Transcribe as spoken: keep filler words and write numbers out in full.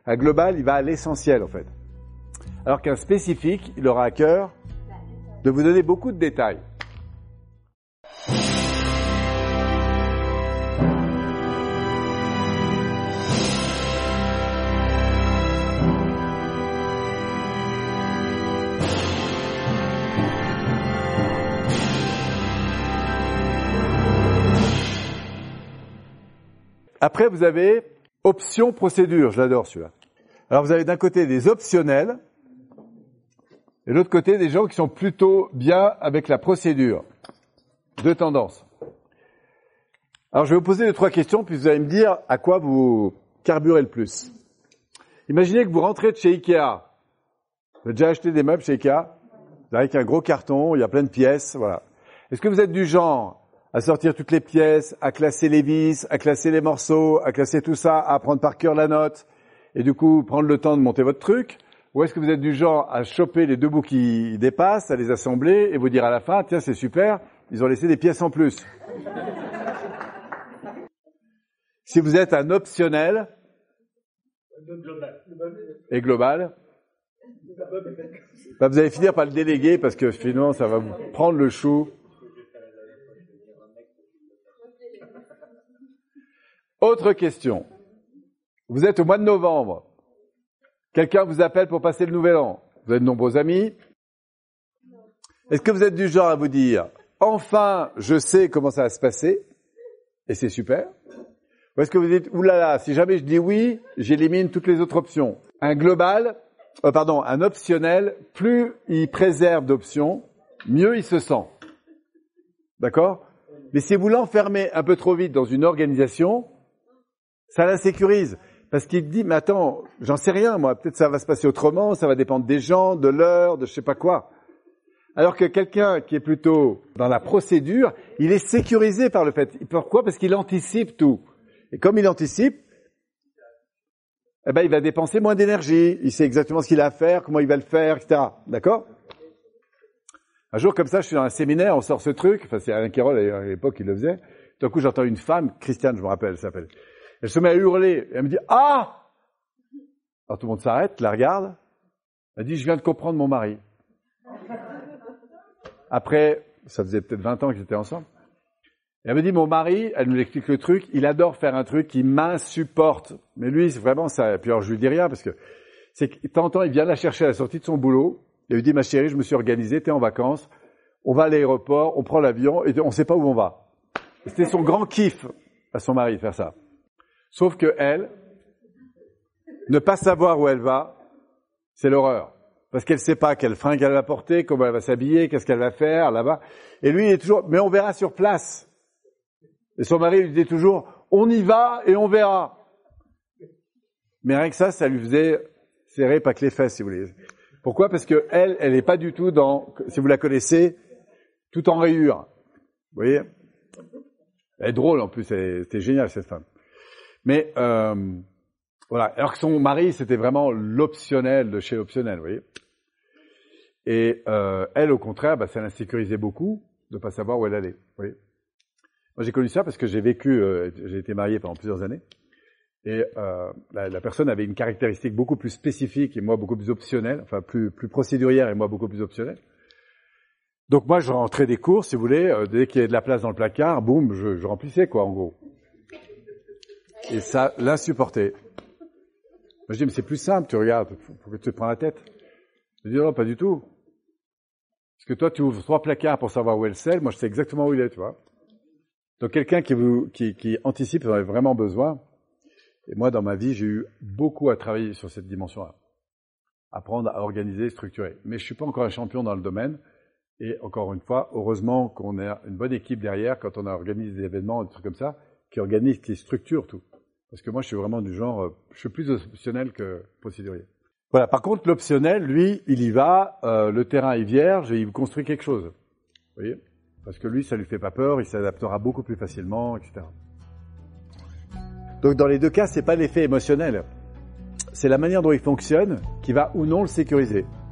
Un global, il va à l'essentiel, en fait. Alors qu'un spécifique, il aura à cœur de vous donner beaucoup de détails. Après, vous avez option procédure. Je l'adore, celui-là. Alors, vous avez d'un côté des optionnels et de l'autre côté des gens qui sont plutôt bien avec la procédure. Deux tendances. Alors, je vais vous poser deux, trois questions, puis vous allez me dire à quoi vous carburez le plus. Imaginez que vous rentrez de chez Ikea. Vous avez déjà acheté des meubles chez Ikea? Vous avez avec un gros carton, il y a plein de pièces, voilà. Est-ce que vous êtes du genre à sortir toutes les pièces, à classer les vis, à classer les morceaux, à classer tout ça, à apprendre par cœur la note, et du coup prendre le temps de monter votre truc? Ou est-ce que vous êtes du genre à choper les deux bouts qui dépassent, à les assembler, et vous dire à la fin, tiens, c'est super, ils ont laissé des pièces en plus. Si vous êtes un optionnel et global, bah vous allez finir par le déléguer, parce que finalement, ça va vous prendre le chou. Autre question. Vous êtes au mois de novembre. Quelqu'un vous appelle pour passer le nouvel an. Vous avez de nombreux amis. Est-ce que vous êtes du genre à vous dire « Enfin, je sais comment ça va se passer » et c'est super? Ou est-ce que vous dites « Oulala, si jamais je dis oui, j'élimine toutes les autres options ». Un global, euh, pardon, un optionnel, plus il préserve d'options, mieux il se sent. D'accord? Mais si vous l'enfermez un peu trop vite dans une organisation, ça l'insécurise. Parce qu'il dit, mais attends, j'en sais rien, moi, peut-être ça va se passer autrement, ça va dépendre des gens, de l'heure, de je sais pas quoi. Alors que quelqu'un qui est plutôt dans la procédure, il est sécurisé par le fait. Pourquoi? Parce qu'il anticipe tout. Et comme il anticipe, eh ben, il va dépenser moins d'énergie, il sait exactement ce qu'il a à faire, comment il va le faire, et cetera. D'accord? Un jour, comme ça, je suis dans un séminaire, on sort ce truc, enfin, c'est Alain Quérol, à l'époque, il le faisait. D'un coup, j'entends une femme, Christiane, je me rappelle, elle s'appelle. Elle se met à hurler. Elle me dit « Ah !» Alors tout le monde s'arrête, la regarde. Elle dit « Je viens de comprendre mon mari. » Après, ça faisait peut-être vingt ans qu'ils étaient ensemble. Et elle me dit « Mon mari, elle nous explique le truc, il adore faire un truc qui m'insupporte. Mais lui, c'est vraiment ça. » Puis alors je lui dis rien parce que c'est que de temps en temps, il vient la chercher à la sortie de son boulot. Il lui dit « Ma chérie, je me suis organisé, t'es en vacances. On va à l'aéroport, on prend l'avion et on ne sait pas où on va. » C'était son grand kiff à son mari de faire ça. Sauf que elle, ne pas savoir où elle va, c'est l'horreur. Parce qu'elle ne sait pas quelle fringue elle va porter, comment elle va s'habiller, qu'est-ce qu'elle va faire là-bas. Et lui, il est toujours, mais on verra sur place. Et son mari lui dit toujours, on y va et on verra. Mais rien que ça, ça lui faisait serrer pas que les fesses, si vous voulez. Pourquoi? Parce que elle, elle n'est pas du tout dans, si vous la connaissez, tout en rayures. Vous voyez? Elle est drôle en plus, c'était génial cette femme. Mais euh, voilà, alors que son mari, c'était vraiment l'optionnel de chez l'optionnel, vous voyez. Et euh, elle, au contraire, bah, ça l'insécurisait beaucoup de ne pas savoir où elle allait, vous voyez. Moi, j'ai connu ça parce que j'ai vécu, euh, j'ai été marié pendant plusieurs années, et euh, la, la personne avait une caractéristique beaucoup plus spécifique et moi beaucoup plus optionnelle, enfin plus, plus procédurière et moi beaucoup plus optionnelle. Donc moi, je rentrais des cours, si vous voulez, euh, dès qu'il y avait de la place dans le placard, boum, je, je remplissais, quoi, en gros. Et ça l'insupportait. Moi, je dis, mais c'est plus simple, tu regardes, faut que tu te prends la tête. Je dis, non, pas du tout. Parce que toi, tu ouvres trois placards pour savoir où est le sel, moi, je sais exactement où il est, tu vois. Donc, quelqu'un qui, vous, qui, qui anticipe, vous en avez vraiment besoin. Et moi, dans ma vie, j'ai eu beaucoup à travailler sur cette dimension-là. Apprendre à organiser, structurer. Mais je suis pas encore un champion dans le domaine. Et encore une fois, heureusement qu'on a une bonne équipe derrière quand on organise des événements, des trucs comme ça, qui organise, qui structure tout. Parce que moi, je suis vraiment du genre, je suis plus optionnel que procédurier. Voilà. Par contre, l'optionnel, lui, il y va, euh, le terrain est vierge et il construit quelque chose. Vous voyez? Parce que lui, ça lui fait pas peur, il s'adaptera beaucoup plus facilement, et cetera. Donc, dans les deux cas, c'est pas l'effet émotionnel. C'est la manière dont il fonctionne qui va ou non le sécuriser.